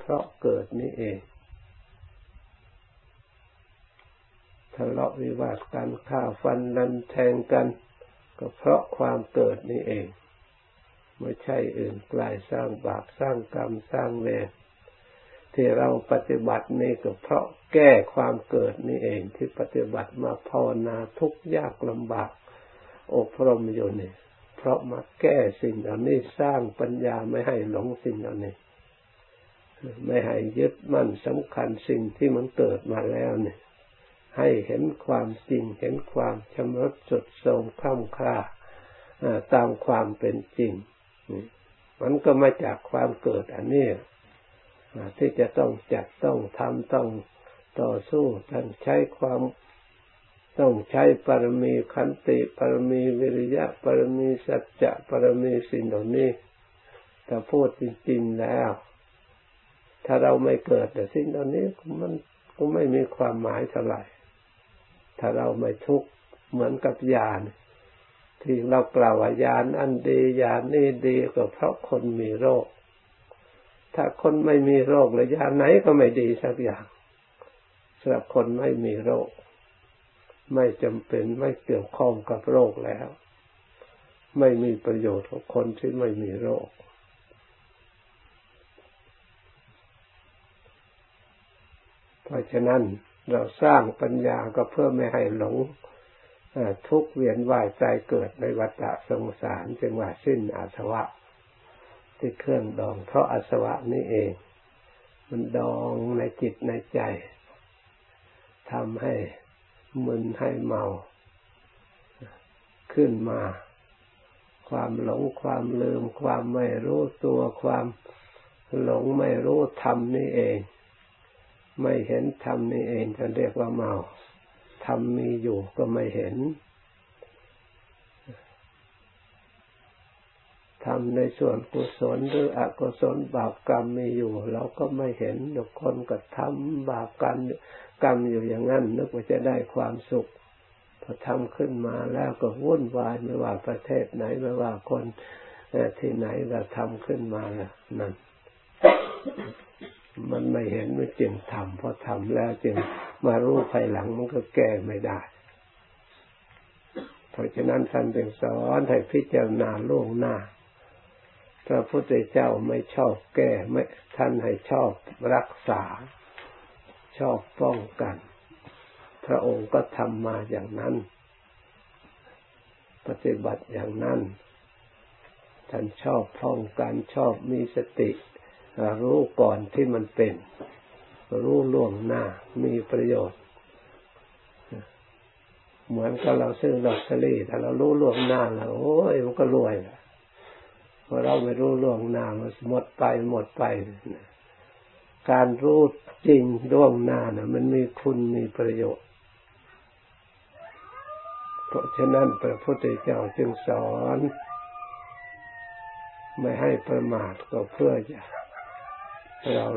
เพราะเกิดนี่เองทะเลาะวิวาทกันฆ่าฟันรันแทงกันก็เพราะความเกิดนี่เองไม่ใช่อื่นไกลสร้างบาปสร้างกรรมสร้างเวรที่เราปฏิบัตินี่ก็เพราะแก้ความเกิดนี่เองที่ปฏิบัติมาภาวนาทุกข์ยากลำบากอบรมอยู่นี่เพราะมาแก้สิ่งเหล่านี้สร้างปัญญาไม่ให้หลงสิ่งเหล่านี้ไม่ให้ยึดมั่นสำคัญสิ่งที่มันเกิดมาแล้วเนี่ยให้เห็นความจริงเห็นความชำรุดทรุดโทรมคล่ำคล้าตามความเป็นจริงมันก็มาจากความเกิดอันนี้ที่จะต้องจัดต้องทำต้องต่อสู้ท่านใช้ความต้องใช้ปรมีขันติปรมีวิริยะปรมีสัจจะปรมีสิ่งเหล่านี้ถ้าพูดจริงๆแล้วถ้าเราไม่เกิดแต่สิ่งเหล่านี้มันก็ไม่มีความหมายเท่าไหร่ถ้าเราไม่ทุกข์เหมือนกับยาที่เรากล่าวว่ายาอันดียานี่ดีก็เพราะคนมีโรคถ้าคนไม่มีโรคแล้วยาไหนก็ไม่ดีสักอย่างสำหรับคนไม่มีโรคไม่จำเป็นไม่เกี่ยวข้องกับโรคแล้วไม่มีประโยชน์กับคนที่ไม่มีโรคเพราะฉะนั้นเราสร้างปัญญาก็เพื่อไม่ให้หลงทุกข์เวียนว่ายตายเกิดในวัฏสงสารจึงว่าสิ้นอาสวะที่เครื่องดองเพราะอาสวะนี้เองมันดองในจิตในใจทำให้มึนให้เมาขึ้นมาความหลงความลืมความไม่รู้ตัวความหลงไม่รู้ธรรมนี่เองไม่เห็นธรรมนี่เองจะเรียกว่าเมาธรรมมีอยู่ก็ไม่เห็นทำในส่วนกุศลหรืออกุศลบาปกรรมมีอยู่เราก็ไม่เห็นทุกคนก็ทำบาปกรรมอยู่อย่างนั้นนึกว่าจะได้ความสุขพอทำขึ้นมาแล้วก็วุ่นวายไม่ว่าประเทศไหนไม่ว่าคนที่ไหนเราทำขึ้นมาแล้วนั่นมันไม่เห็นมันจึงทำพอทำแล้วจึงมารู้ภายหลังมันก็แก้ไม่ได้เพราะฉะนั้นท่านจึงสอนให้พิจารณาล่วงหน้าพระพุทธเจ้าไม่ชอบแก้ไม่ท่านให้ชอบรักษาชอบป้องกันพระองค์ก็ทำมาอย่างนั้นปฏิบัติอย่างนั้นท่านชอบป้องกันชอบมีสติรู้ก่อนที่มันเป็นรู้ล่วงหน้ามีประโยชน์เหมือนกับเราซื้อลอตเตอรี่ถ้าเรารู้ล่วงหน้าแล้วโอ้ยมันก็รวยแหละพอเราไม่รู้ล่วงหน้ามันหมดไปการรู้จริงล่วงหน้านะมันมีคุณมีประโยชน์เพราะฉะนั้นพระพุทธเจ้าจึงสอนไม่ให้ประมาทก็เพื่อจะเรา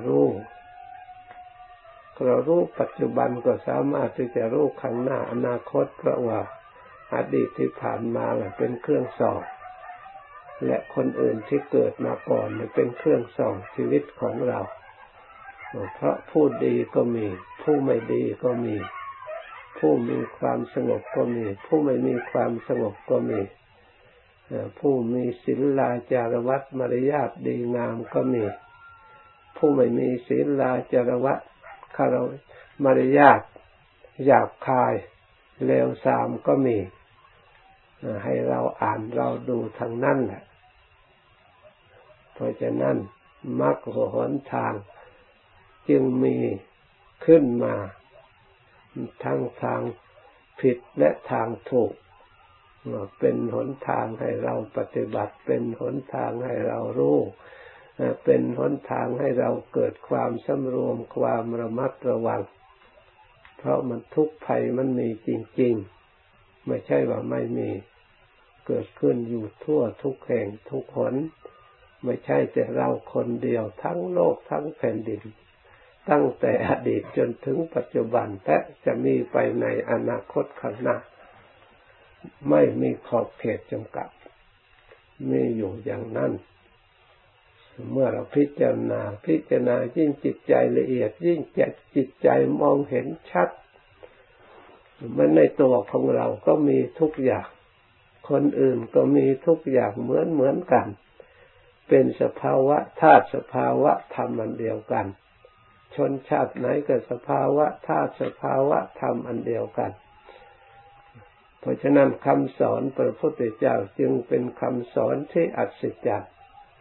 รู้ปัจจุบันก็สามารถที่จะรู้ข้างหน้าอนาคตเพราะว่าอดีตที่ผ่านมาเป็นเครื่องส่องและคนอื่นที่เกิดมาก่อนเป็นเครื่องส่องชีวิตของเราเพราะผู้ดีก็มีผู้ไม่ดีก็มีผู้มีความสงบก็มีผู้ไม่มีความสงบก็มีผู้มีศีลาจารวัตรมารยาทดีงามก็มีผู้ไม่มีศีลาจารวัตรมารยาทหยาบคายเลวทรามก็มีให้เราอ่านเราดูทางนั้นแหละเพราะฉะนั้นมรรคหนทางจึงมีขึ้นมาทั้งทางผิดและทางถูกเป็นหนทางให้เราปฏิบัติเป็นหนทางให้เรารู้เป็นหนทางให้เราเกิดความสำรวมความระมัดระวังเพราะมันทุกข์ภัยมันมีจริงๆไม่ใช่ว่าไม่มีเกิดขึ้นอยู่ทั่วทุกแห่งทุกหนไม่ใช่แต่เราคนเดียวทั้งโลกทั้งแผ่นดินตั้งแต่อดีตจนถึงปัจจุบันและจะมีไปในอนาคตข้างหน้าไม่มีขอบเขตจำกัดมีอยู่อย่างนั้นเมื่อเราพิจารณายิ่งจิตใจละเอียดยิ่งจิตใจมองเห็นชัดมันในตัวของเราก็มีทุกอย่างคนอื่นก็มีทุกอย่างเหมือนกันเป็นสภาวะธาตุสภาวะธรรมอันเดียวกันชนชาติไหนก็สภาวะธาตุสภาวะธรรมอันเดียวกันเพราะฉะนั้นคำสอนพระพุทธเจ้าจึงเป็นคำสอนที่อัศจรรย์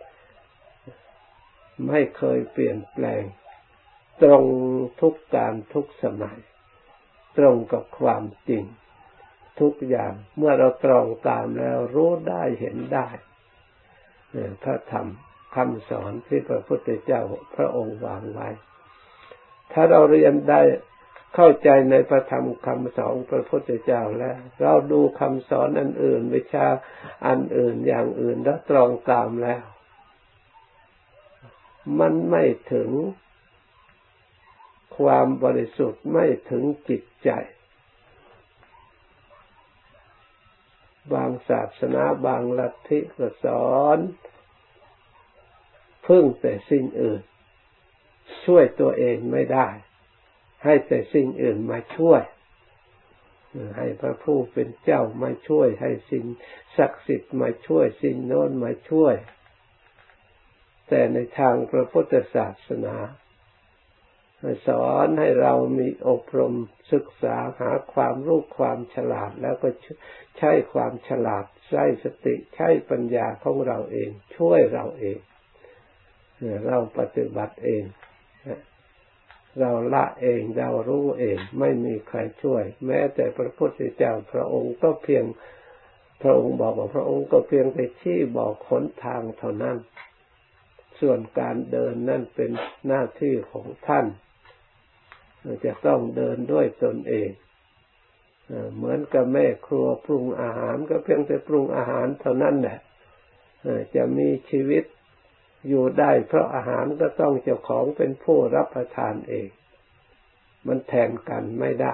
ไม่เคยเปลี่ยนแปลงตรงทุกการทุกสมัยตรงกับความจริงทุกอย่างเมื่อเราตรองตามแล้วรู้ได้เห็นได้พระธรรมคำสอนที่พระพุทธเจ้าพระองค์วางไว้ถ้าเราเรียนได้เข้าใจในพระธรรมคำสอนพระพุทธเจ้าแล้วเราดูคำสอนอันอื่นวิชาอันอื่นอย่างอื่นแล้วตรองตามแล้วมันไม่ถึงความบริสุทธิ์ไม่ถึงจิตใจบางศาสนาบางลัทธิก็สอนพึ่งแต่สิ่งอื่นช่วยตัวเองไม่ได้ให้แต่สิ่งอื่นมาช่วยให้พระผู้เป็นเจ้ามาช่วยให้สิ่งศักดิ์สิทธิ์มาช่วยสิ่งโน้นมาช่วยแต่ในทางพระพุทธศาสนาสอนให้เรามีอบรมศึกษาหาความรู้ความฉลาดแล้วก็ใช้ความฉลาดใช้สติใช้ปัญญาของเราเองช่วยเราเองเราปฏิบัติเองเราละเองเรารู้เองไม่มีใครช่วยแม้แต่พระพุทธเจ้าพระองค์ก็เพียงพระองค์บอกว่าพระองค์ก็เพียงแต่ชี้บอกหนทางเท่านั้นส่วนการเดินนั่นเป็นหน้าที่ของท่านจะต้องเดินด้วยตนเองเหมือนกับแม่ครัวปรุงอาหารก็เพียงแต่ปรุงอาหารเท่านั้นแหละจะมีชีวิตอยู่ได้เพราะอาหารก็ต้องเจ้าของเป็นผู้รับประทานเองมันแทนกันไม่ได้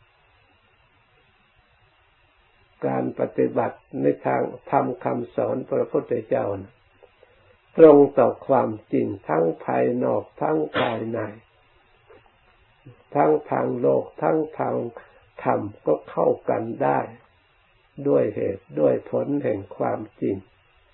การปฏิบัติในทางธรรมคำสอนพระพุทธเจ้าตรงต่อความจริงทั้งภายนอกทั้งภายในทั้งทางโลกทั้งทางธรรมก็เข้ากันได้ด้วยเหตุด้วยผลแห่งความจริง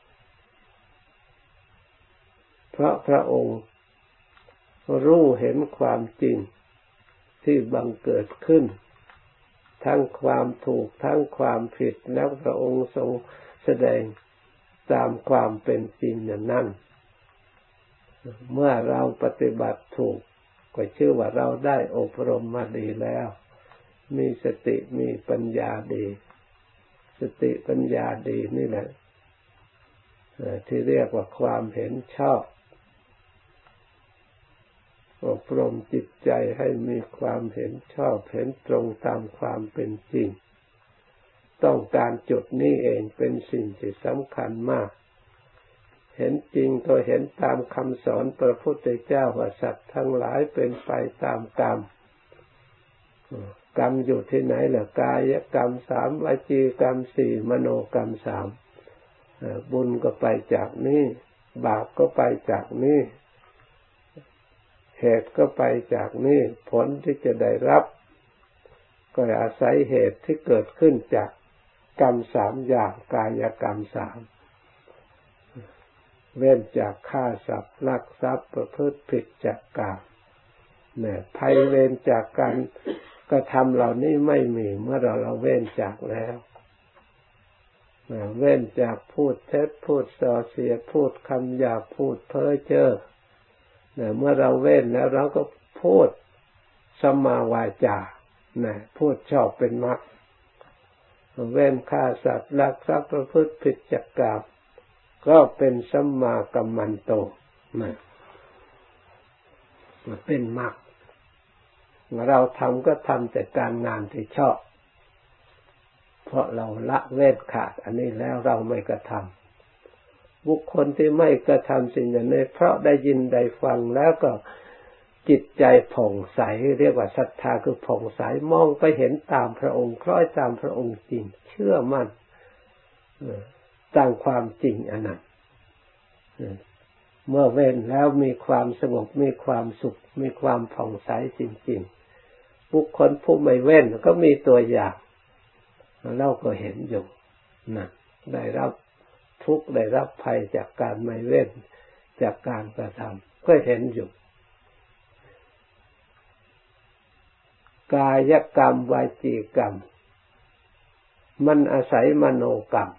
เพราะพระองค์รู้เห็นความจริงที่บังเกิดขึ้นทั้งความถูกทั้งความผิดแล้วพระองค์ทรงแสดงตามความเป็นจริงนั้นเมื่อเราปฏิบัติถูกก็ชื่อว่าเราได้อบรมมาดีแล้วมีสติมีปัญญาดีสติปัญญาดีนี่แหละที่เรียกว่าความเห็นชอบอบรมจิตใจให้มีความเห็นชอบเห็นตรงตามความเป็นจริงต้องการจุดนี้เองเป็นสิ่งที่สำคัญมากเห็นจริงก็เห็นตามคำสอนพระพุทธเจ้าว่าสัตว์ทั้งหลายเป็นไปตามกรรมกรรมอยู่ที่ไหนล่ะกายกรรม3วจีกรรม4มโนกรรม3บุญก็ไปจากนี้บาปก็ไปจากนี้เหตุก็ไปจากนี้ผลที่จะได้รับก็อาศัยเหตุที่เกิดขึ้นจากกรรม3อย่างกายกรรม3เว้นจากฆ่าสัตว์ลักทรัพย์ประพฤติผิดจากกามเนี่ยภัยเวรจากการกระทำเหล่านี้ไม่มีเมื่อเราเว้นจากแล้วเว้นจากพูดเท็จพูดส่อเสียดพูดคำหยาบพูดเพ้อเจ้อเมื่อเราเว้นแล้วเราก็พูดสัมมาวาจาพูดชอบเป็นมรรคเว้นฆ่าสัตว์ลักทรัพย์ประพฤติผิดจากกามก็เป็นสัมมากัมมันโตเป็นมรรคเราทำก็ทำแต่การงานที่ชอบเพราะเราละเว้นขาดอันนี้แล้วเราไม่กระทำบุคคลที่ไม่กระทำสิ่งนี้เพราะได้ยินได้ฟังแล้วก็จิตใจผ่องใสเรียกว่าศรัทธาคือผ่องใสมองไปเห็นตามพระองค์คล้อยตามพระองค์จริงเชื่อมั่นตามความจริงอันนั้นเมื่อเว้นแล้วมีความสงบมีความสุขมีความผ่องใสจริงๆบุคคลผู้ไม่เว้นก็มีตัวอย่างเราก็เห็นอยู่นะได้รับทุกข์ได้รับภัยจากการไม่เว้นจากการกระทำก็เห็นอยู่กายกรรมวจีกรรมมันอาศัยมโนกรรม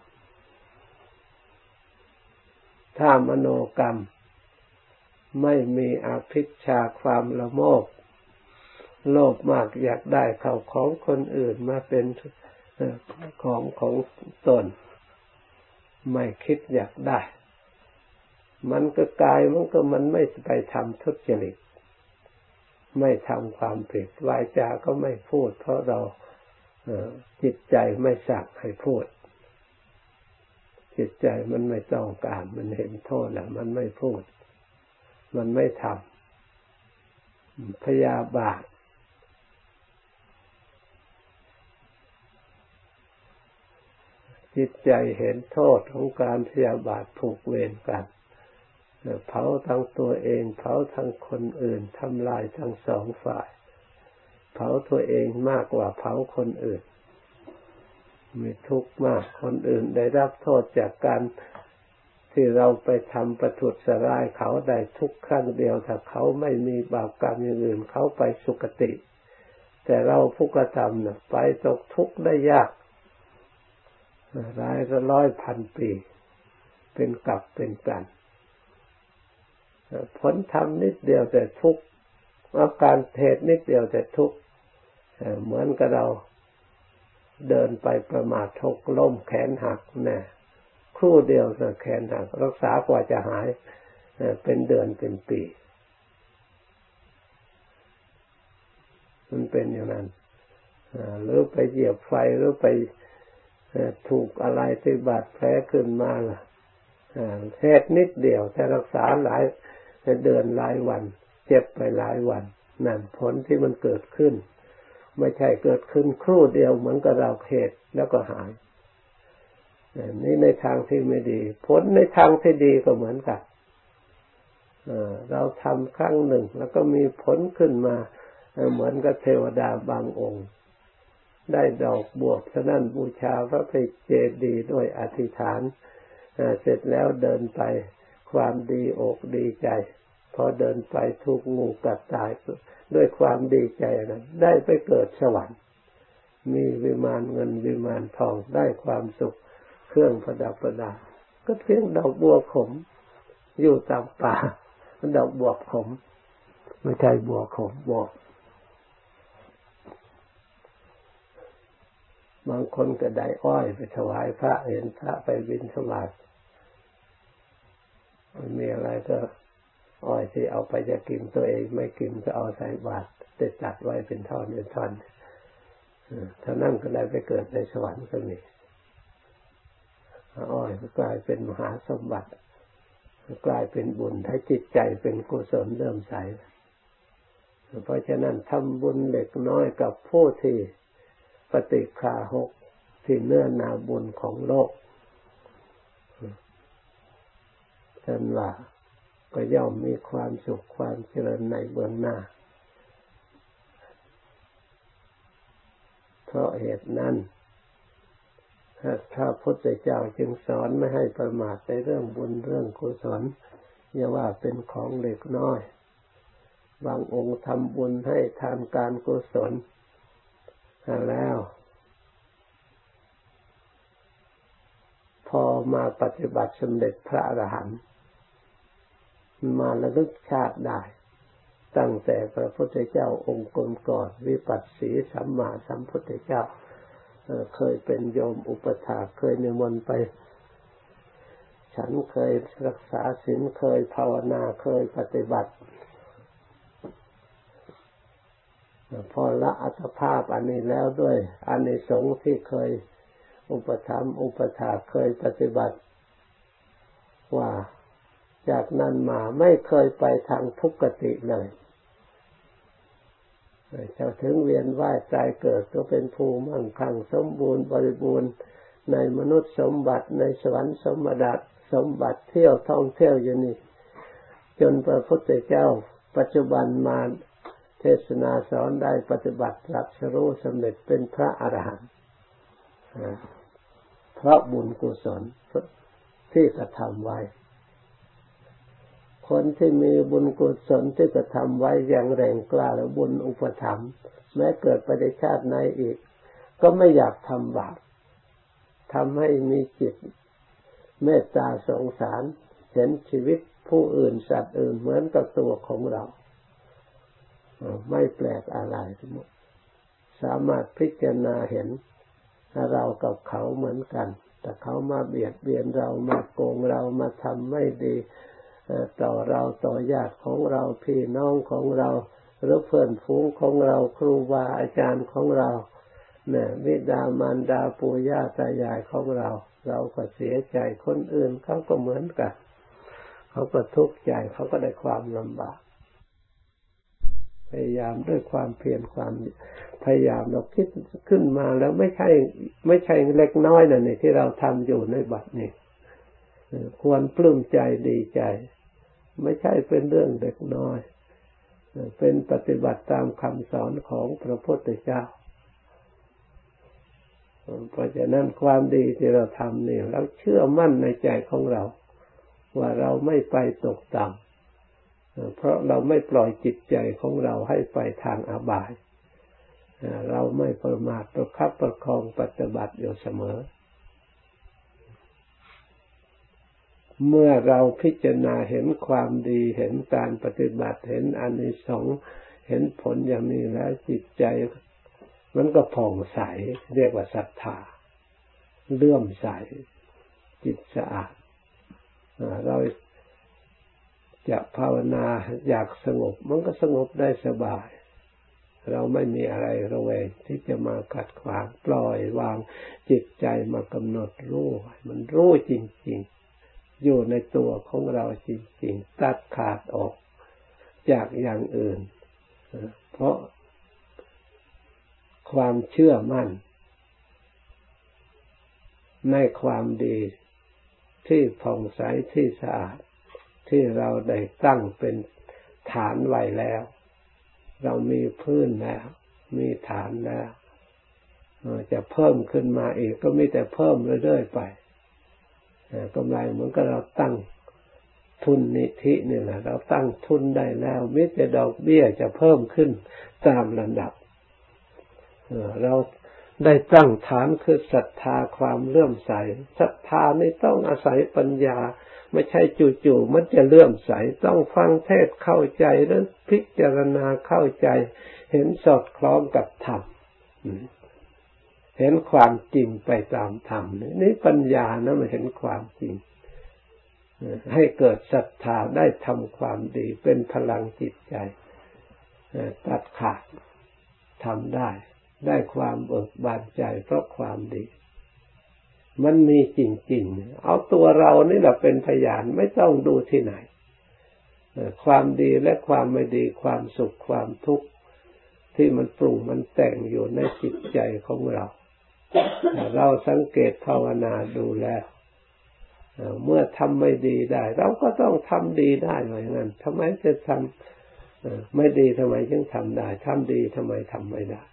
ถ้ามโนกรรมไม่มีอภิชฌาความละโมบโลภมากอยากได้เข้าของคนอื่นมาเป็นของตนไม่คิดอยากได้มันก็กายมันไม่ไปทำทุจริตไม่ทำความผิดวาจาก็ไม่พูดเพราะเราจิตใจไม่สั่งให้พูดจิตใจมันไม่ต้องการมันเห็นโทษแล้วมันไม่พูดมันไม่ทำพยาบาทจิตใจเห็นโทษของการพยาบาทผูกเวรกันเผาทั้งตัวเองเผาทั้งคนอื่นทำลายทั้งสองฝ่ายเผาตัวเองมากกว่าเผาคนอื่นมีทุกข์มากคนอื่นได้รับโทษจากการที่เราไปทำประทุษร้ายเขาได้ทุกข์ครั้งเดียวถ้าเขาไม่มีบาปกรรมอย่างอื่นเขาไปสุคติแต่เราผู้กระทำน่ะไปตกทุกข์ได้ยากหลายร้อยพันปีเป็นกลับเป็นกันผลทำนิดเดียวแต่ทุกข์อาการเหตุนิดเดียวแต่ทุกข์เหมือนกับเราเดินไปประมาทหกล้มแขนหักเนี่ยครู่เดียวแขนหักรักษากว่าจะหายเป็นเดือนเป็นปีมันเป็นอย่างนั้นหรือไปเหยียบไฟหรือไปถูกอะไรที่บาดแผลขึ้นมาล่ะเหตุนิดเดียวแต่รักษาหลายเดือนหลายวันเจ็บไปหลายวันนั่นผลที่มันเกิดขึ้นไม่ใช่เกิดขึ้นครู่เดียวเหมือนกับเราเหตุแล้วก็หายนี่ในทางที่ไม่ดีผลในทางที่ดีก็เหมือนกันเราทำครั้งหนึ่งแล้วก็มีผลขึ้นมาเหมือนกับเทวดาบางองค์ได้ดอกบวบฉะนั้นบูชาพระพิเจดีย์ด้วยอธิษฐานเสร็จแล้วเดินไปความดีอกดีใจพอเดินไปถูกงูกัดตายด้วยความดีใจนั้นได้ไปเกิดสวรรค์มีวิมานเงินวิมานทองได้ความสุขเครื่องประดับประดาก็เพียงดอกบัวขมอยู่ตามป่าดอกบัวขมไม่ใช่บัวขมบัวบางคนก็ได้อ้อยไปถวายพระเห็นพระไปบิณฑบาตมีอะไรก็อ้อยที่เอาไปจะกินตัวเองไม่กินก็เอาใส่บาตรได้จัดไว้เป็นท่อนเป็นท่อนเท่านั้นก็ได้ไปเกิดในสวรรค์ก็มีอ้อยก็กลายเป็นมหาสมบัติกลายเป็นบุญให้จิตใจเป็นกุศลเริ่มใสเพราะฉะนั้นทำบุญเล็กน้อยกับผู้ที่ปฏิฆาหกที่เนื้อนาบุญของโลกท่านว่าก็ย่อมมีความสุขความเจริญในเบื้องหน้าเพราะเหตุนั้นพระพุทธเจ้าจึงสอนไม่ให้ประมาทในเรื่องบุญเรื่องกุศลอย่าว่าเป็นของเล็กน้อยบางองค์ทำบุญให้ทานการกุศลแล้วพอมาปฏิบัติสำเร็จพระอรหันต์มาระลึกชาติได้ตั้งแต่พระพุทธเจ้าองค์ก่อนวิปัสสีสัมมาสัมพุทธเจ้าเคยเป็นโยมอุปถากเคยนิมนต์ไปฉันเคยรักษาศีลเคยภาวนาเคยปฏิบัติพอละอัตภาพอันนี้แล้วด้วยอานิสงส์ที่เคยอุปถัมภ์อุปถากเคยปฏิบัติว่าจากนั้นมาไม่เคยไปทางทุกขติเลยจะถึงเวียนว่ายตายเกิดก็เป็นภูมิมั่งคั่งสมบูรณ์บริบูรณ์ในมนุษย์สมบัติในสวรรค์สมบัติเที่ยวท่องเที่ยวอยู่นี่จนพระพุทธเจ้าปัจจุบันมาเทศนาสอนได้ปฏิบัติตรัสรู้สำเร็จเป็นพระอรหันต์เพราะบุญกุศลที่กระทำไว้คนที่มีบุญกุศลที่กระทำไว้อย่างแรงกล้าและบุญอุปถัมภ์แม้เกิดไปในชาติไหนอีกก็ไม่อยากทำบาปทำให้มีจิตเมตตาสงสารเห็นชีวิตผู้อื่นสัตว์อื่นเหมือนกับตัวของเราไม่แปลกอะไรทั้งหมดสามารถพิจารณาเห็นเรากับเขาเหมือนกันแต่เขามาเบียดเบียนเรามาโกงเรามาทำไม่ดีต่อเราต่อญาติของเราพี่น้องของเราหรือเพื่อนฝูงของเราครูบาอาจารย์ของเราเนี่ยบิดามารดาปู่ย่าตายายของเราเราก็เสียใจคนอื่นเขาก็เหมือนกันเขาก็ทุกข์ใจเขาก็ได้ความลำบากพยายามด้วยความเพียรความพยายามเราคิดขึ้นมาแล้วไม่ใช่เล็กน้อยนะนี่ที่เราทำอยู่ในบัดนี้ควรปลื้มใจดีใจไม่ใช่เป็นเรื่องเล็กน้อยเป็นปฏิบัติตามคำสอนของพระพุทธเจ้าเพราะฉะนั้นความดีที่เราทำนี่เราเชื่อมั่นในใจของเราว่าเราไม่ไปตกต่ำเพราะเราไม่ปล่อยจิตใจของเราให้ไปทางอบายเราไม่ประมาทประคับประคองปฏิบัติอยู่เสมอเมื่อเราพิจารณาเห็นความดีเห็นการปฏิบัติเห็นอานิสงส์เห็นผลอย่างนี้แล้วจิตใจมันก็ผ่องใสเรียกว่าศรัทธาเลื่อมใสจิตสะอาดเราจะภาวนาอยากสงบมันก็สงบได้สบายเราไม่มีอะไรระแวงที่จะมาขัดขวางปล่อยวางจิตใจมากำหนดรู้มันรู้จริงๆอยู่ในตัวของเราจริงๆตัดขาดออกจากอย่างอื่นเพราะความเชื่อมั่นในความดีที่ผ่องใสที่สะอาดที่เราได้ตั้งเป็นฐานไว้แล้วเรามีพื้นแล้วมีฐานแล้วจะเพิ่มขึ้นมาอีกก็มีแต่เพิ่มเรื่อยๆไปกำไรเหมือนกับเราตั้งทุนนิธินี่แหละเราตั้งทุนได้แล้วมีแต่ดอกเบี้ยจะเพิ่มขึ้นตามลำดับเราได้ตั้งฐานคือศรัทธาความเลื่อมใสศรัทธานี่ต้องอาศัยปัญญาไม่ใช่จู่ๆมันจะเลื่อมใสต้องฟังเทศเข้าใจแล้วพิจารณาเข้าใจเห็นสอดคล้องกับธรรมเห็นความจริงไปตามธรรมนี่ปัญญานะมันเห็นความจริงให้เกิดศรัทธาได้ทำความดีเป็นพลังจิตใจตัดขาดทำได้ความเบิกบานใจเพราะความดีมันมีจริงๆเอาตัวเรานี่แหละเป็นพยานไม่ต้องดูที่ไหนความดีและความไม่ดีความสุขความทุกข์ที่มันปรุงมันแต่งอยู่ในจิตใจของเราเราสังเกตภาวนาดูแล้วเมื่อทำไม่ดีได้เราก็ต้องทำดีได้เหมือนกันทำไมจะทำไม่ดีทำไมจึงทำได้ทำดีทำไมทำไม่ได้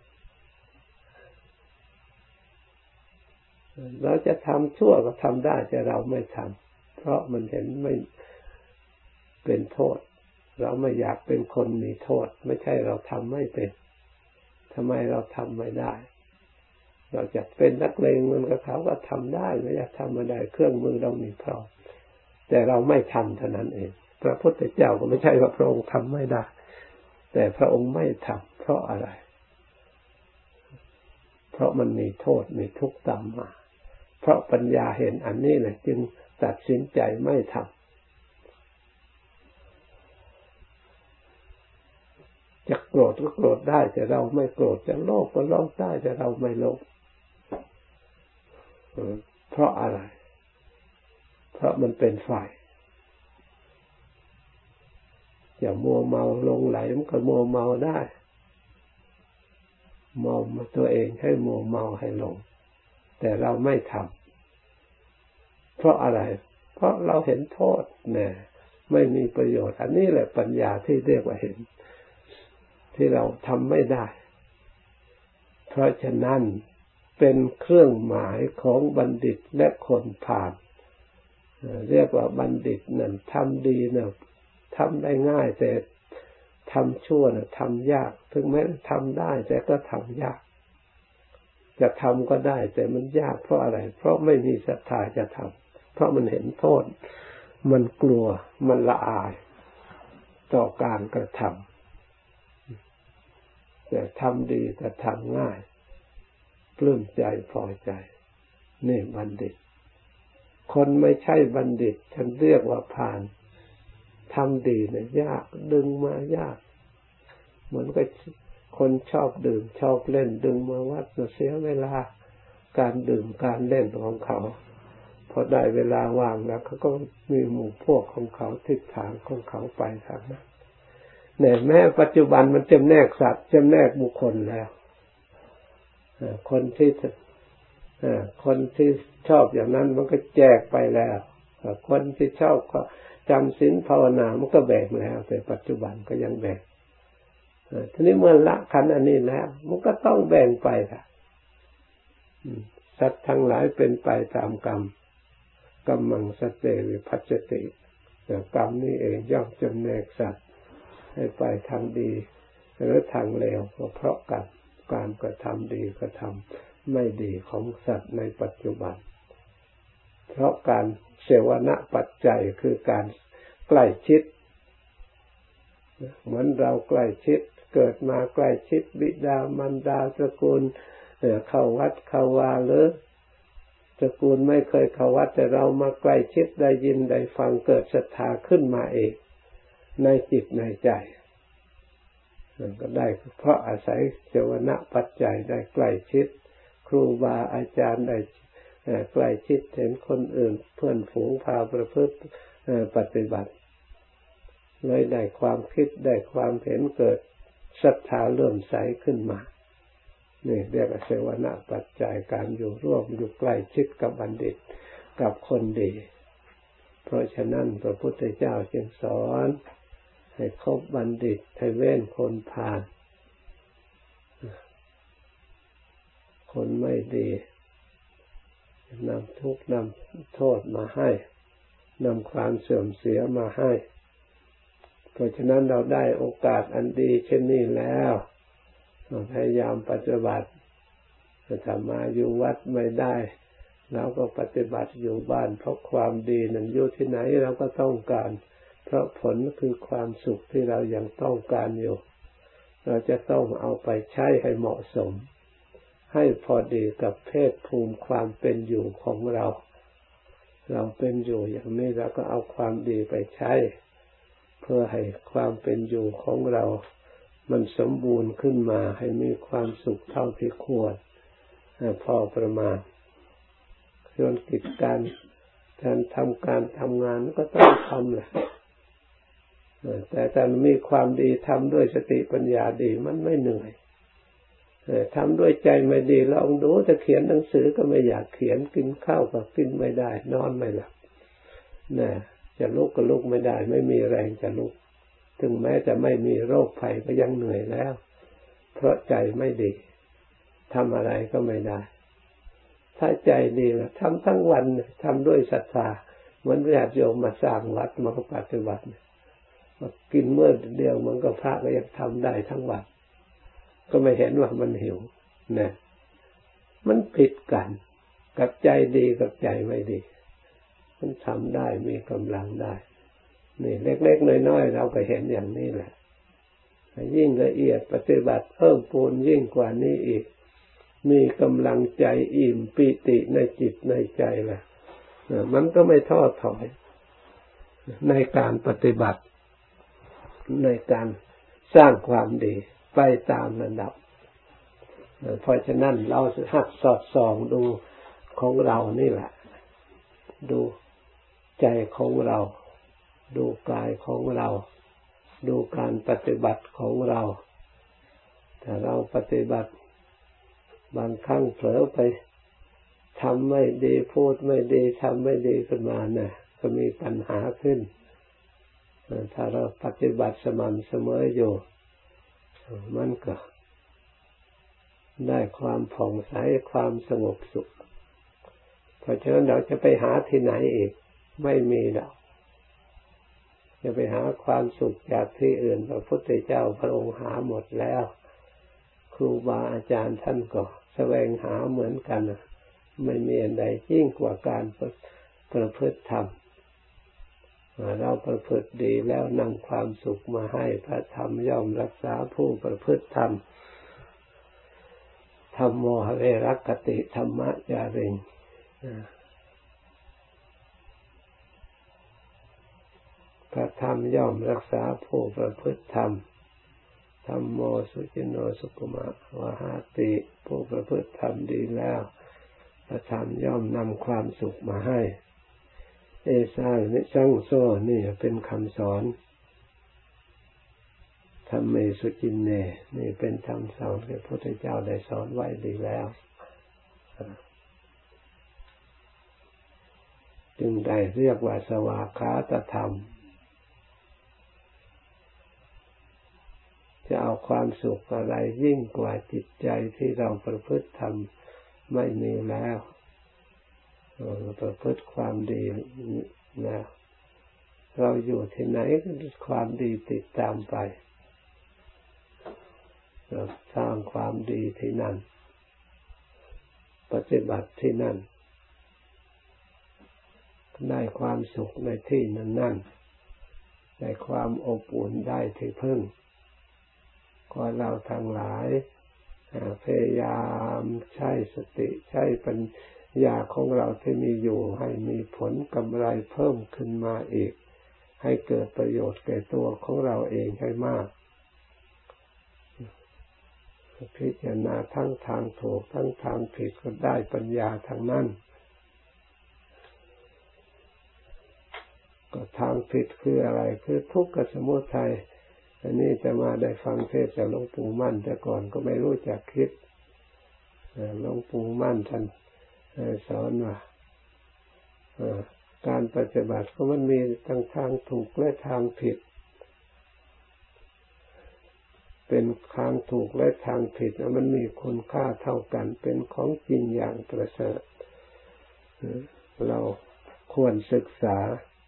เราจะทำชั่วก็ทำได้แต่เราไม่ทำเพราะมันเห็นไม่เป็นโทษเราไม่อยากเป็นคนมีโทษไม่ใช่เราทำไม่เป็นทำไมเราทำไม่ได้เราจะเป็นนักเลงมันกับเขาก็ทำได้ไม่อยากทำไม่ได้เครื่องมือเรามีพร้อมแต่เราไม่ทำเท่านั้นเองพระพุทธเจ้าก็ไม่ใช่ว่าพระองค์ทำไม่ได้แต่พระองค์ไม่ทำเพราะอะไรเพราะมันมีโทษมีทุกข์ตามมาเพราะปัญญาเห็นอันนี้เลยจึงตัดสินใจไม่ทำจะโกรธก็โกรธได้แต่เราไม่โกรธจะโลภก็โลภได้แต่เราไม่โลภเพราะอะไรเพราะมันเป็นฝ่ายอย่ามัวเมาลงไหลมันก็มัวเมาได้เมาตัวเองให้มัวเมาให้หลงแต่เราไม่ทำเพราะอะไรเพราะเราเห็นโทษเนี่ยไม่มีประโยชน์อันนี้แหละปัญญาที่เรียกว่าเห็นที่เราทำไม่ได้เพราะฉะนั้นเป็นเครื่องหมายของบัณฑิตและคนผ่านเรียกว่าบัณฑิตนั่นทำดีน่ะทำได้ง่ายแต่ทำชั่วน่ะทำยากถึงแม้ทำได้แต่ก็ทำยากจะทำก็ได้แต่มันยากเพราะอะไรเพราะไม่มีศรัทธาจะทำเพราะมันเห็นโทษมันกลัวมันละอายต่อการกระทำแต่ทำดีแต่ทำง่ายปลื้มใจพอใจนี่บัณฑิตคนไม่ใช่บัณฑิตฉันเรียกว่าผ่านทำดีเนี่ยยากดึงมายากเหมือนกับคนชอบดื่มชอบเล่นดึงมาวัดเสียเวลาการดื่มการเล่นของเขาพอได้เวลาว่างแล้วเขาก็มีหมู่พวกของเขาทิศทางของเขาไปทางนั้นเนี่ยแม้ปัจจุบันมันจำแนกสัตว์จำแนกบุคคลแล้วคนที่ชอบอย่างนั้นมันก็แจกไปแล้วคนที่ชอบก็จำศีลภาวนามันก็แบ่งแล้วแต่ปัจจุบันก็ยังแบ่งทีนี้เมื่อละขันธ์อันนี้แล้วมันก็ต้องแบ่งไปค่ะสัตว์ทั้งหลายเป็นไปตามกรรมกัมมังสเตวิภัจจติกรรมนี้เองย่อมจำแนกสัตว์ให้ไปทางดีหรือทางเลวก็เพราะการกระทำดีกระทำไม่ดีของสัตว์ในปัจจุบันเพราะการเสวนาปัจจัยคือการใกล้ชิดเหมือนเราใกล้ชิดเกิดมาใกล้ชิดบิดามารดาตระกูลเข้าวัดเข้าวาหรือตระกูลไม่เคยเข้าวัดแต่เรามาใกล้ชิดได้ยินได้ฟังเกิดศรัทธาขึ้นมาเองในจิตในใจมันก็ได้เพราะอาศัยเสวนาปัจจัยได้ใกล้ชิดครูบาอาจารย์ได้ใกล้ชิดเห็นคนอื่นเพื่อนฝูงพาประพฤติปฏิบัติเลยได้ความคิดได้ความเห็นเกิดศรัทธาเลื่อมใสขึ้นมานี่เรียกว่าเสวนาปัจจัยการอยู่ร่วมอยู่ใกล้ชิดกับบัณฑิตกับคนดีเพราะฉะนั้นพระพุทธเจ้าจึงสอนให้คบบัณฑิตให้เว้นคนพาลคนไม่ดีนำทุกข์นำโทษมาให้นำความเสื่อมเสียมาให้เพราะฉะนั้นเราได้โอกาสอันดีเช่นนี้แล้วพยายามปฏิบัติถ้ามาอยู่วัดไม่ได้เราก็ปฏิบัติอยู่บ้านเพราะความดีนั้นอยู่ที่ไหนเราก็ต้องการเพราะผลคือความสุขที่เรายังต้องการอยู่เราจะต้องเอาไปใช้ให้เหมาะสมให้พอดีกับเพศภูมิความเป็นอยู่ของเราเป็นอยู่อย่างนี้เราก็เอาความดีไปใช้เพื่อให้ความเป็นอยู่ของเรามันสมบูรณ์ขึ้นมาให้มีความสุขเท่าที่ควรพอประมาณส่วนกิจการทำงานก็ต้องทำแหละแต่ถ้ามีความดีทำด้วยสติปัญญาดีมันไม่เหนื่อยทำด้วยใจไม่ดีลองดูจะเขียนหนังสือก็ไม่อยากเขียนกินข้าวก็กินไม่ได้นอนไม่หลับจะลุกก็ลุกไม่ได้ไม่มีแรงจะลุกถึงแม้จะไม่มีโรคภัยก็ยังเหนื่อยแล้วเพราะใจไม่ดีทำอะไรก็ไม่ได้ถ้าใจดีล่ะทำทั้งวันทำด้วยศรัทธาเหมือนญาติโยมมาสร้างวัดมาปฏิบัติกินเมื่อเดียวมันก็พระก็ยังทำได้ทั้งวันก็ไม่เห็นว่ามันหิวนะมันผิดกันกับใจดีกับใจไม่ดีมันทำได้มีกำลังได้นี่เล็กๆน้อยๆเราก็เห็นอย่างนี้แหละยิ่งละเอียดปฏิบัติเพิ่มพูนยิ่งกว่านี้อีกมีกำลังใจอิ่มปิติในจิตในใจแหละมันก็ไม่ท้อถอยในการปฏิบัติในการสร้างความดีไปตามระดับเพราะฉะนั้นเราหัดสอดส่องดูของเรานี่แหละดูใจของเราดูกายของเราดูการปฏิบัติของเราถ้าเราปฏิบัติบางครั้งเผลอไปทำไม่ดีพูดไม่ดีทำไม่ดีขึ้นมาเนี่ยก็มีปัญหาขึ้นถ้าเราปฏิบัติสม่ำเสมออยู่มันก็ได้ความผ่องใสความสงบสุขเพราะฉะนั้นเราจะไปหาที่ไหนอีกไม่มีหรอกจะไปหาความสุขจากที่อื่นพระพุทธเจ้าพระองค์หาหมดแล้วครูบาอาจารย์ท่านก็แสวงหาเหมือนกันไม่มีอะไรยิ่งกว่าการประพฤติธรรมเราประพฤติดีแล้วนำความสุขมาให้พระธรรมย่อมรักษาผู้ประพฤติธรรมธัมโมเวรักขติธัมมจาริงพระธรรมย่อมรักษาผู้ประพฤติธรรมธัมโมสุจินโนสุขมะวหาติผู้ประพฤติธรรมดีแล้วพระธรรมย่อมนำความสุขมาให้เอสานิสังโซนี่เป็นคำสอนธรรมเมสุจินเนนี่เป็นคำสอนที่พระพุทธเจ้าได้สอนไว้ดีแล้วจึงได้เรียกว่าสวากขาตธรรมจะเอาความสุขอะไรยิ่งกว่าจิตใจที่เราประพฤติธรรมไม่มีแล้วประพฤติความดีนะเราอยู่ที่ไหนก็ความดีติดตามไปเราสร้างความดีที่นั่นปฏิบัติที่นั่นได้ความสุขในที่นั้นๆได้ความอบอุ่นได้ที่พึ่งขอเราทั้งหลายพยายามใช้สติใช้ปัญญาของเราที่มีอยู่ให้มีผลกำไรเพิ่มขึ้นมาอีกให้เกิดประโยชน์แก่ตัวของเราเองให้มากพิจารณาทั้งทางถูกทั้งทางผิดก็ได้ปัญญาทางนั้นก็ทางผิดคืออะไรคือทุกข์กับสมุทัยอันนี้จะมาได้ฟังเทศน์จากหลวงปู่มั่นแต่ก่อนก็ไม่รู้จักคิดหลวงปู่มั่นท่านสอนว่าการปฏิบัติก็มันมีทั้งทางถูกและทางผิดเป็นทางถูกและทางผิดมันมีคุณค่าเท่ากันเป็นของจริงอย่างประเสริฐเราควรศึกษา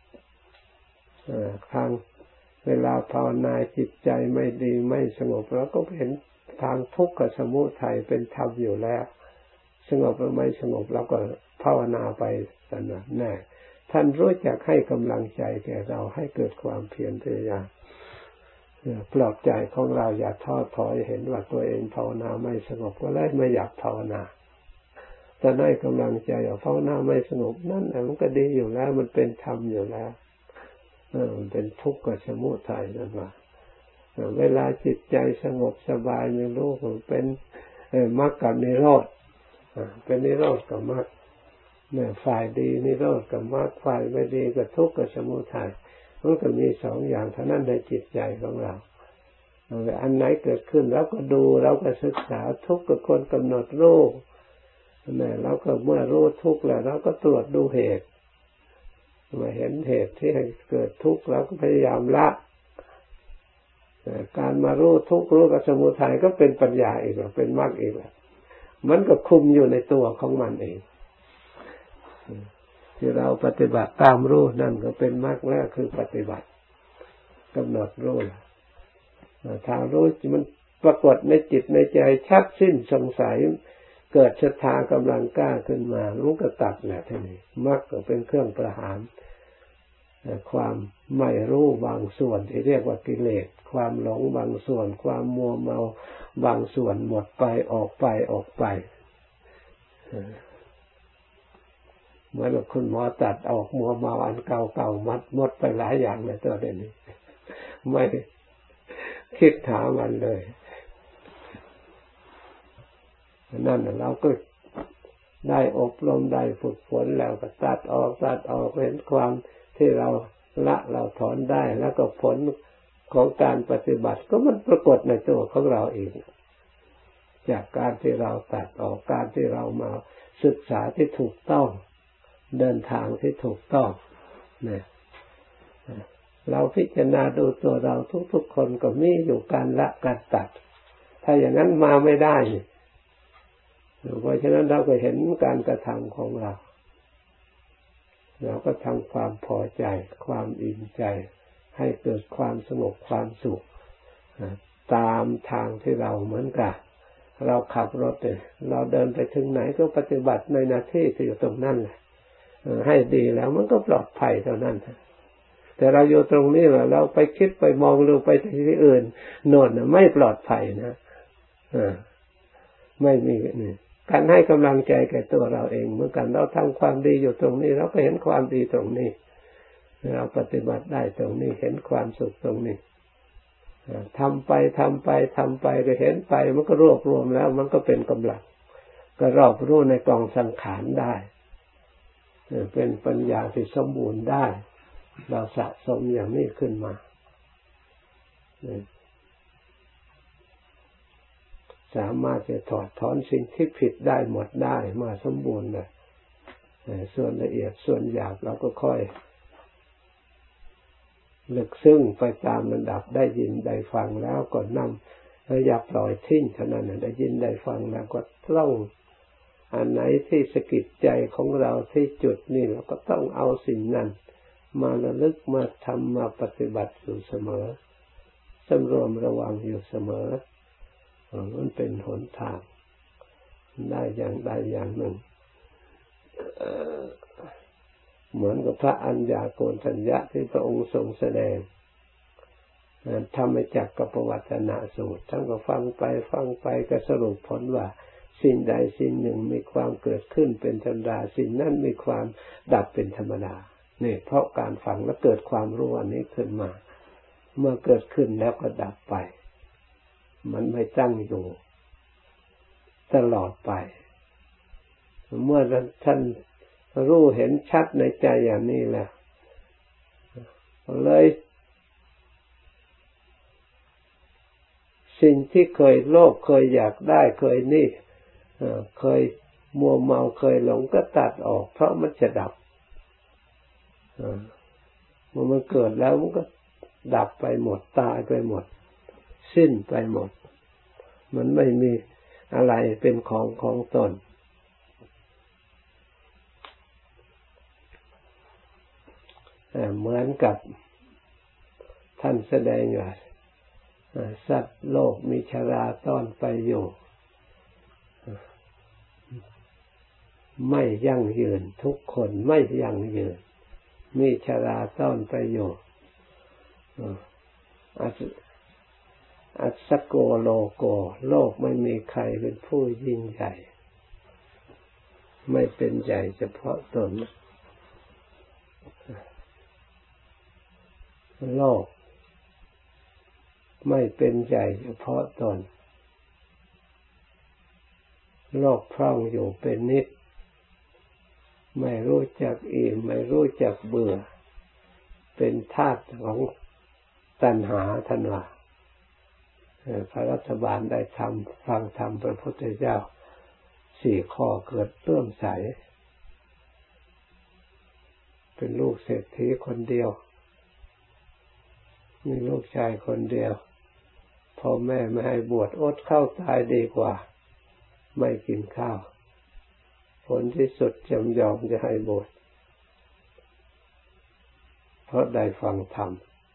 ทางเวลาภาวนาจิตใจไม่ดีไม่สงบเราก็เห็นทางทุกข์กับสมุทัยเป็นธรรมอยู่แล้วสงบหรือไม่สงบเราก็ภาวนาไปสนะแน่ท่านรู้จักให้กำลังใจแก่เราให้เกิดความเพียรพยายามปลอบใจของเราอย่าท้อถอยเห็นว่าตัวเองภาวนาไม่สงบก็เลยไม่อยากภาวนาแต่ให้กำลังใจว่าภาวนาไม่สงบนั่นมันก็ดีอยู่แล้วมันเป็นธรรมอยู่แล้วมันเป็นทุกข์กับสมุทัยนั่นว่าเวลาจิตใจสงบสบายในโลกมันเป็นมรรคกับนิโรธเป็นนิโรธกับมรรคเนี่ยฝ่ายดีนิโรธกับมรรคฝ่ายไม่ดีกับทุกข์กับสมุทัยมันก็มีสองอย่างเท่านั้นในจิตใจของเราอันไหนเกิดขึ้นเราก็ดูเราก็ศึกษาทุกข์กับคนกำหนดรู้เนี่ยเราก็เมื่อรู้ทุกข์แล้วเราก็ตรวจดูเหตุเมื่อเห็นเหตุที่ให้เกิดทุกข์เราก็พยายามละการมารู้ทุกข์รู้กับสมุทัยก็เป็นปัญญาอีกแล้วเป็นมรรคอีกแล้วมันก็คุมอยู่ในตัวของมันเองที่เราปฏิบัติตามรู้นั่นก็เป็นมรรคแล้วคือปฏิบัติกำหนดรู้ถ้ารู้มันปรากฏในจิตในใจชัดสิ้นสงสัยเกิดศรัทธากำลังกล้าขึ้นมารู้ก็ตัดแหละทีนี้มรรคก็เป็นเครื่องประหารความไม่รู้บางส่วนที่เรียกว่ากิเลสความหลงบางส่วนความมัวเมาบางส่วนหมดไปออกไปเหมือนกับคุณหมอตัดออกมัวเมาอันเก่าๆมัดหมดไปหลายอย่างเลยตัวเดี๋ยวนี้ไม่คิดหามันเลยนั่นเราก็ได้อบรมได้ฝึกฝนแล้วก็ตัดออกเห็นความที่เราละเราถอนได้แล้วก็ผลของการปฏิบัติก็มันปรากฏในตัวของเราเองจากการที่เราตัดออกการที่เรามาศึกษาที่ถูกต้องเดินทางที่ถูกต้องเนี่ยเราพิจารณาดูตัวเราทุกๆคนก็มีอยู่การละการตัดถ้าอย่างนั้นมาไม่ได้เพราะฉะนั้นเราก็เห็นการกระทำของเราก็ทำความพอใจความอิ่มใจให้เกิดความสงบความสุขตามทางที่เราเหมือนกันเราขับรถเราเดินไปถึงไหนก็ปฏิบัติในหน้าที่ที่อยู่ตรงนั้นแหละให้ดีแล้วมันก็ปลอดภัยเท่านั้นแต่เราอยู่ตรงนี้เราไปคิดไปมองดูไปที่อื่นโน่นไม่ปลอดภัยนะไม่มีนี่การให้กำลังใจแก่ตัวเราเองเหมือนกันเราทำความดีอยู่ตรงนี้เราก็เห็นความดีตรงนี้เราปฏิบัติได้ตรงนี้เห็นความสุขตรงนี้ทำไปก็เห็นไปมันก็รวบรวมแล้วมันก็เป็นกำลังก็รอบรู้ในกองสังขารได้เป็นปัญญาที่สมบูรณ์ได้เราสะสมอย่างนี้ขึ้นมาสามารถจะถอดถอนสิ่งที่ผิดได้หมดได้มาสมบูรณ์เลยส่วนละเอียดส่วนหยาบเราก็ค่อยลึกซึ้งไปตามระดับได้ยินได้ฟังแล้วก็นำอย่าปล่อยทิ้งเท่านั้นได้ยินได้ฟังแล้วก็ต้องอันไหนที่สะกิดใจของเราที่จุดนี้เราก็ต้องเอาสิ่งนั้นมาระลึกมาทำมาปฏิบัติอยู่เสมอสำรวมระวังอยู่เสมอมันเป็นหนทางได้อย่างใดอย่างหนึ่งเหมือนกับพระอัญญาโกณทัญญะที่พระองค์ทรงแสดงธรรมจักรกับปวัตตนสูตรท่านก็ฟังไปก็สรุปผลว่าสิ่งใดสิ่งหนึ่งมีความเกิดขึ้นเป็นธรรมดาสิ่งนั้นมีความดับเป็นธรรมดานี่เพราะการฟังแล้วเกิดความรู้อันนี้ขึ้นมาเมื่อเกิดขึ้นแล้วก็ดับไปมันไม่ตั้งอยู่ตลอดไปเมื่อท่านรู้เห็นชัดในใจอย่างนี้แล้วเลยสิ่งที่เคยโลภเคยอยากได้เคยนี่เคยมัวเมาเคยหลงก็ตัดออกเพราะมันจะดับเมื่อมันเกิดแล้วมันก็ดับไปหมดตายไปหมดสิ้นไปหมดมันไม่มีอะไรเป็นของตนเหมือนกับท่านแสดงว่าสัตว์โลกมีชราต้อนไปอยู่ไม่ยั่งยืนทุกคนไม่ยั่งยืนมีชราต้อนไปอยู่อัสสโกโลโกโลกไม่มีใครเป็นผู้ยิ่งใหญ่ไม่เป็นใหญ่เฉพาะตนโลกไม่เป็นใหญ่เฉพาะตนโลกพร่องอยู่เป็นนิดไม่รู้จักอิ่มไม่รู้จักเบื่อเป็นธาตุของตัณหาทันว่าพระรัฐบาลได้ฟังธรรมพระพุทธเจ้า4 ข้อเกิดเลื่อมใสเป็นลูกเศรษฐีคนเดียวมีลูกชายคนเดียวพ่อแม่ไม่ให้บวชอดข้าวตายดีกว่าไม่กินข้าวผลที่สุดจำยอมจะให้บวชเพราะได้ฟังธรรม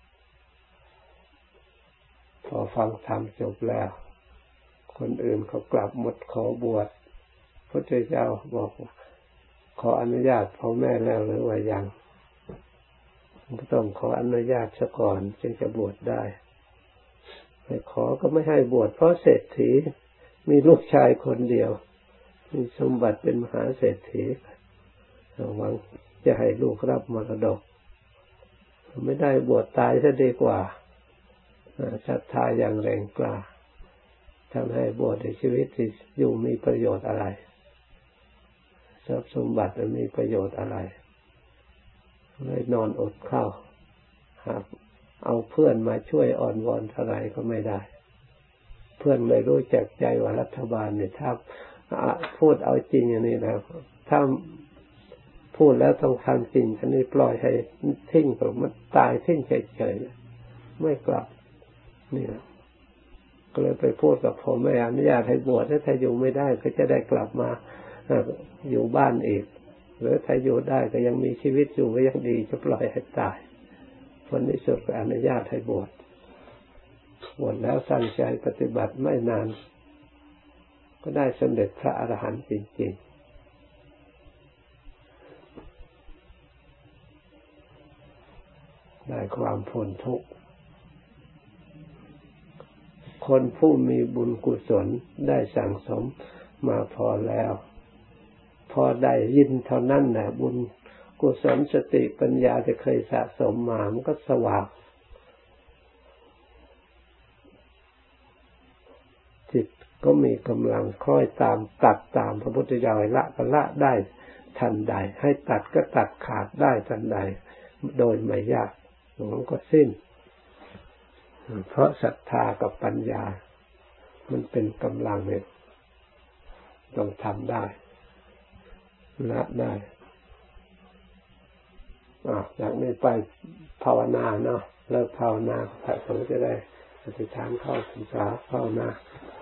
พอฟังธรรมจบแล้วคนอื่นเขากลับหมดขอบวชพระเจ้าบอกขออนุญาตพ่อแม่แล้วหรือว่ายังต้องขออนุญาตซะก่อนจึงจะบวชได้ไม่ขอก็ไม่ให้บวชเพราะเศรษฐีมีลูกชายคนเดียวมีสมบัติเป็นมหาเศรษฐีหวังจะให้ลูกรับมรดกไม่ได้บวชตายซะดีกว่าศรัทธาอย่างแรงกล้าทำให้บวชในชีวิตที่อยู่มีประโยชน์อะไรทรัพย์สมบัติมันมีประโยชน์อะไรเลยนอนอดข้าวหากเอาเพื่อนมาช่วยอ่อนวอนเท่าไรก็ไม่ได้เพื่อนไม่รู้จักใจว่ารัฐบาลเนี่ยถ้าพูดเอาจริงอย่างนี้นะถ้าพูดแล้วต้องทำจริงอันนี้ปล่อยให้ทิ้งผมมันตายทิ้งเฉยๆไม่กลับนี่ก็เลยไปพูดกับผมไม่อนุญาตให้บวชถ้าอยู่ไม่ได้ก็จะได้กลับมาอยู่บ้านอีกหรือถ้าอยู่ได้ก็ยังมีชีวิตอยู่ก็ยังดีจะปล่อยให้ตายผลที่สุดก็อนุญาตให้บวชแล้วตั้งใจปฏิบัติไม่นานก็ได้สำเร็จพระอรหันต์จริงๆได้ความพ้นทุกข์คนผู้มีบุญกุศลได้สั่งสมมาพอแล้วพอได้ยินเท่านั้นแหละบุญกุศลสติปัญญาที่เคยสะสมมามันก็สว่างจิตก็มีกำลังคล้อยตามตัดตามพระพุทธเจ้าละก็ละได้ทันใดให้ตัดก็ตัดขาดได้ทันใดโดยไม่ยากมันก็สิ้นเพราะศรัทธากับปัญญามันเป็นกำลังเนี่ยต้องทำได้ละได้จากนี้ไปภาวนาเนาะเลิกภาวนาพระสงฆ์จะได้อธิษฐานเข้าพรรษาภาวนา